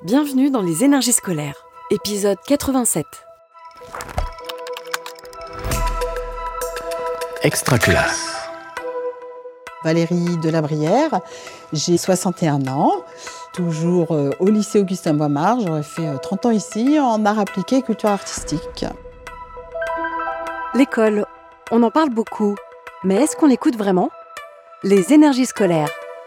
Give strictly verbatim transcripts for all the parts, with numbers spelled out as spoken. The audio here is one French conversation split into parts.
Bienvenue dans les énergies scolaires, épisode quatre-vingt-sept. Extraclasse. Valérie Delabrière, j'ai soixante et un ans, toujours au lycée Augustin Boismar. J'aurais fait trente ans ici en art appliqué et culture artistique. L'école, on en parle beaucoup, mais est-ce qu'on l'écoute vraiment ? Les énergies scolaires.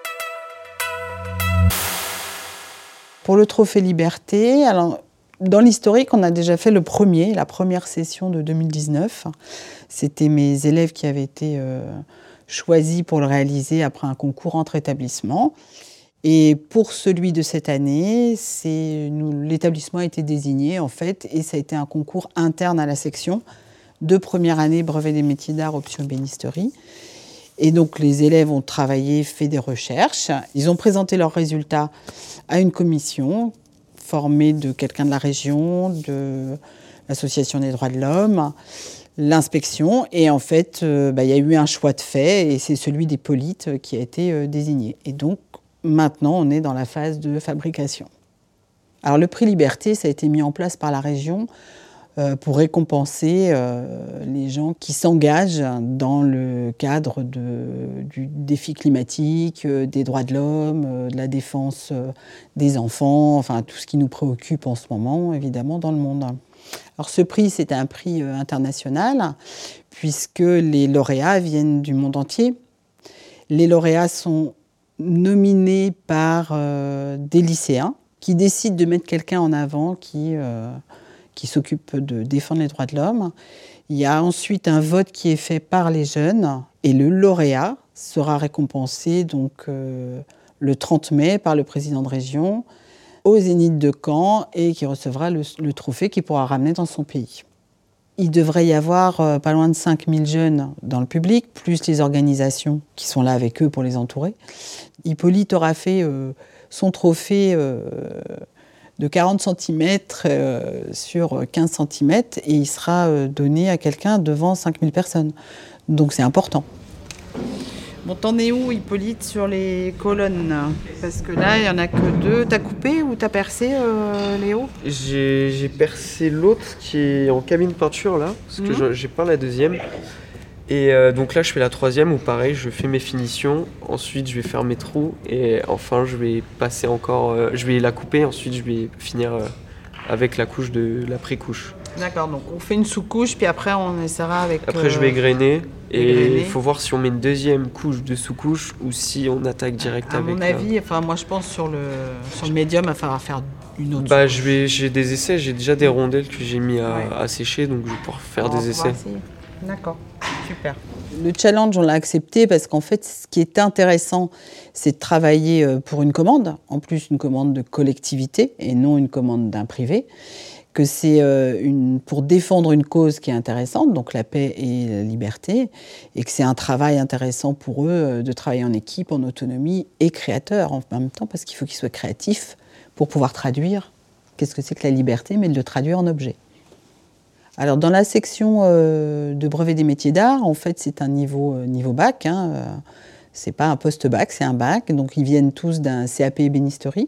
Pour le Trophée Liberté, alors, dans l'historique, on a déjà fait le premier, la première session de deux mille dix-neuf. C'était mes élèves qui avaient été euh, choisis pour le réaliser après un concours entre établissements. Et pour celui de cette année, c'est, nous, l'établissement a été désigné, en fait, et ça a été un concours interne à la section de première année brevet des métiers d'art, option ébénisterie. Et donc, les élèves ont travaillé, fait des recherches. Ils ont présenté leurs résultats à une commission formée de quelqu'un de la région, de l'Association des droits de l'homme, l'inspection. Et en fait, euh, bah, il y a eu un choix de fait et c'est celui des Polites qui a été euh, désigné. Et donc, maintenant, on est dans la phase de fabrication. Alors, le prix Liberté, ça a été mis en place par la région Euh, pour récompenser euh, les gens qui s'engagent dans le cadre de, du défi climatique, euh, des droits de l'homme, euh, de la défense euh, des enfants, enfin tout ce qui nous préoccupe en ce moment, évidemment, dans le monde. Alors ce prix, c'est un prix euh, international, puisque les lauréats viennent du monde entier. Les lauréats sont nominés par euh, des lycéens qui décident de mettre quelqu'un en avant qui... Euh, qui s'occupe de défendre les droits de l'homme. Il y a ensuite un vote qui est fait par les jeunes et le lauréat sera récompensé donc, euh, le trente mai par le président de région au Zénith de Caen et qui recevra le, le trophée qu'il pourra ramener dans son pays. Il devrait y avoir euh, pas loin de cinq mille jeunes dans le public, plus les organisations qui sont là avec eux pour les entourer. Hippolyte aura fait euh, son trophée euh, de quarante centimètres euh, sur quinze centimètres et il sera euh, donné à quelqu'un devant cinq mille personnes. Donc c'est important. Bon, t'en es où, Hippolyte, sur les colonnes ? Parce que là, il n'y en a que deux. T'as coupé ou t'as percé, euh, Léo ? J'ai, j'ai percé l'autre qui est en cabine peinture, là, parce que mmh. j'ai peint la deuxième. Et euh, donc là, je fais la troisième où pareil, je fais mes finitions. Ensuite, je vais faire mes trous. Et enfin, je vais passer encore... Euh, je vais la couper. Ensuite, je vais finir euh, avec la couche de la pré-couche. D'accord, donc on fait une sous-couche, puis après, on essaiera avec... Après, euh, je vais grainer. Et il faut voir si on met une deuxième couche de sous-couche ou si on attaque direct à avec... À mon avis, enfin, moi, je pense sur le, sur le médium, il va falloir faire une autre bah, je vais, j'ai des essais. J'ai déjà des rondelles que j'ai mis à, ouais. à sécher. Donc, je vais pouvoir faire on des essais. D'accord, super. Le challenge, on l'a accepté parce qu'en fait, ce qui est intéressant, c'est de travailler pour une commande, en plus une commande de collectivité et non une commande d'un privé, que c'est une, pour défendre une cause qui est intéressante, donc la paix et la liberté, et que c'est un travail intéressant pour eux de travailler en équipe, en autonomie et créateur en même temps, parce qu'il faut qu'ils soient créatifs pour pouvoir traduire qu'est-ce que c'est que la liberté, mais de le traduire en objet. Alors, dans la section euh, de brevet des métiers d'art, en fait, c'est un niveau, euh, niveau bac. Hein, euh, c'est pas un post-bac, c'est un bac. Donc, ils viennent tous d'un C A P ébénisterie.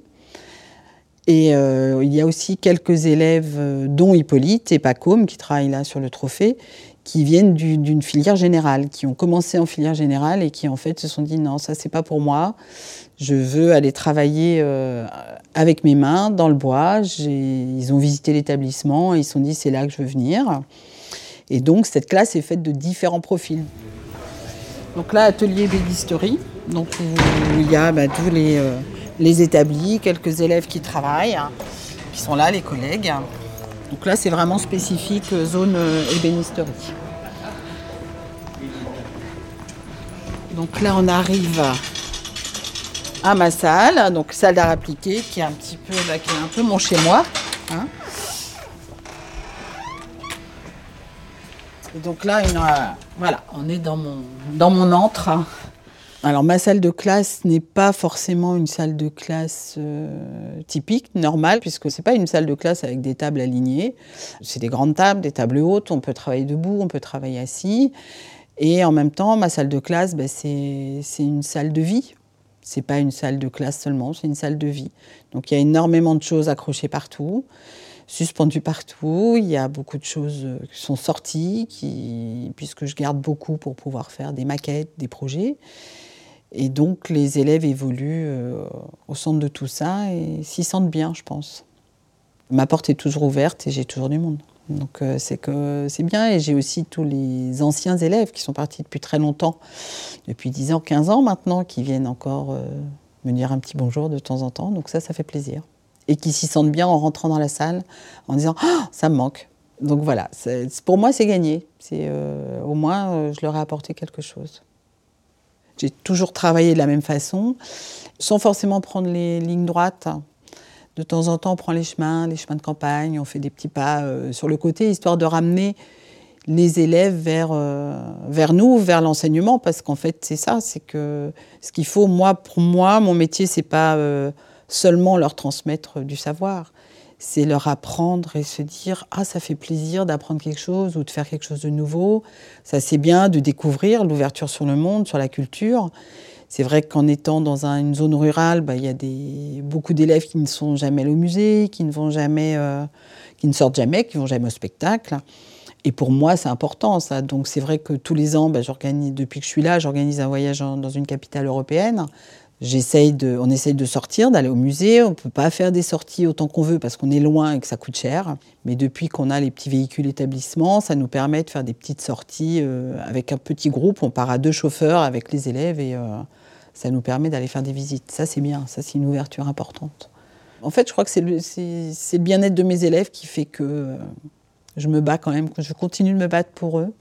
Et euh, il y a aussi quelques élèves, euh, dont Hippolyte et Pacôme, qui travaillent là sur le trophée, qui viennent du, d'une filière générale, qui ont commencé en filière générale et qui, en fait, se sont dit « Non, ça, c'est pas pour moi. Je veux aller travailler euh, avec mes mains, dans le bois. » Ils ont visité l'établissement et ils se sont dit « C'est là que je veux venir. » Et donc, cette classe est faite de différents profils. Donc là, atelier ébénisterie, donc où il y a bah, tous les, euh, les établis, quelques élèves qui travaillent, hein, qui sont là, les collègues. Donc là, c'est vraiment spécifique zone euh, ébénisterie. Donc là, on arrive à ma salle, donc salle d'art appliqué, qui est un petit peu, là, qui est un peu mon chez moi. Hein. Et donc là, une, euh, voilà, on est dans mon, dans mon antre. Alors ma salle de classe n'est pas forcément une salle de classe euh, typique, normale, puisque c'est pas une salle de classe avec des tables alignées. C'est des grandes tables, des tables hautes, on peut travailler debout, on peut travailler assis. Et en même temps, ma salle de classe, bah, c'est, c'est une salle de vie. C'est pas une salle de classe seulement, c'est une salle de vie. Donc il y a énormément de choses accrochées partout, suspendues partout. Il y a beaucoup de choses qui sont sorties, qui, puisque je garde beaucoup pour pouvoir faire des maquettes, des projets. Et donc les élèves évoluent euh, au centre de tout ça et s'y sentent bien, je pense. Ma porte est toujours ouverte et j'ai toujours du monde. Donc euh, c'est que c'est bien. Et j'ai aussi tous les anciens élèves qui sont partis depuis très longtemps, depuis dix ans, quinze ans maintenant, qui viennent encore euh, me dire un petit bonjour de temps en temps. Donc ça, ça fait plaisir. Et qui s'y sentent bien en rentrant dans la salle, en disant oh, « ça me manque ». Donc voilà, c'est, pour moi, c'est gagné. C'est, euh, au moins, euh, je leur ai apporté quelque chose. J'ai toujours travaillé de la même façon, sans forcément prendre les lignes droites. De temps en temps, on prend les chemins, les chemins de campagne, on fait des petits pas euh, sur le côté, histoire de ramener les élèves vers, euh, vers nous, vers l'enseignement, parce qu'en fait, c'est ça, c'est que ce qu'il faut, moi, pour moi, mon métier, c'est pas euh, seulement leur transmettre du savoir, c'est leur apprendre et se dire « Ah, ça fait plaisir d'apprendre quelque chose ou de faire quelque chose de nouveau. Ça, c'est bien de découvrir l'ouverture sur le monde, sur la culture. » C'est vrai qu'en étant dans un, une zone rurale, bah, y a des, beaucoup d'élèves qui ne sont jamais allés au musée, qui ne vont jamais, euh, qui ne sortent jamais, qui ne vont jamais au spectacle. Et pour moi, c'est important, ça. Donc c'est vrai que tous les ans, bah, j'organise, depuis que je suis là, j'organise un voyage en, dans une capitale européenne. J'essaye de, on essaye de sortir, d'aller au musée. On ne peut pas faire des sorties autant qu'on veut parce qu'on est loin et que ça coûte cher. Mais depuis qu'on a les petits véhicules établissements, ça nous permet de faire des petites sorties euh, avec un petit groupe. On part à deux chauffeurs avec les élèves et euh, ça nous permet d'aller faire des visites. Ça, c'est bien. Ça, c'est une ouverture importante. En fait, je crois que c'est le, c'est, c'est le bien-être de mes élèves qui fait que euh, je me bats quand même, que je continue de me battre pour eux,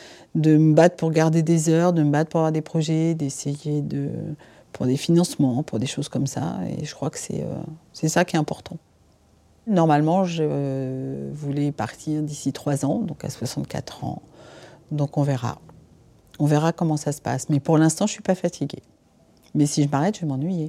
de me battre pour garder des heures, de me battre pour avoir des projets, d'essayer de... pour des financements, pour des choses comme ça. Et je crois que c'est, euh, c'est ça qui est important. Normalement, je euh, voulais partir d'ici trois ans, donc à soixante-quatre ans. Donc on verra. On verra comment ça se passe. Mais pour l'instant, je ne suis pas fatiguée. Mais si je m'arrête, je vais m'ennuyer.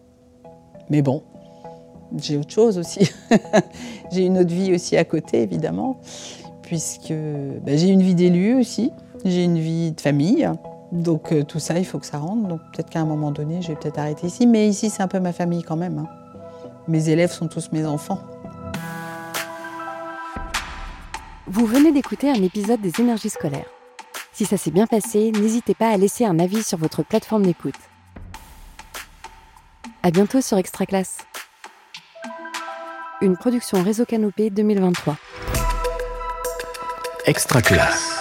Mais bon, j'ai autre chose aussi. J'ai une autre vie aussi à côté, évidemment, puisque ben, j'ai une vie d'élu aussi. J'ai une vie de famille. Donc euh, tout ça, il faut que ça rentre. Donc peut-être qu'à un moment donné, je vais peut-être arrêter ici. Mais ici, c'est un peu ma famille quand même. Hein. Mes élèves sont tous mes enfants. Vous venez d'écouter un épisode des Énergies scolaires. Si ça s'est bien passé, n'hésitez pas à laisser un avis sur votre plateforme d'écoute. À bientôt sur Extra Classe. Une production Réseau Canopé deux mille vingt-trois. Extra Classe.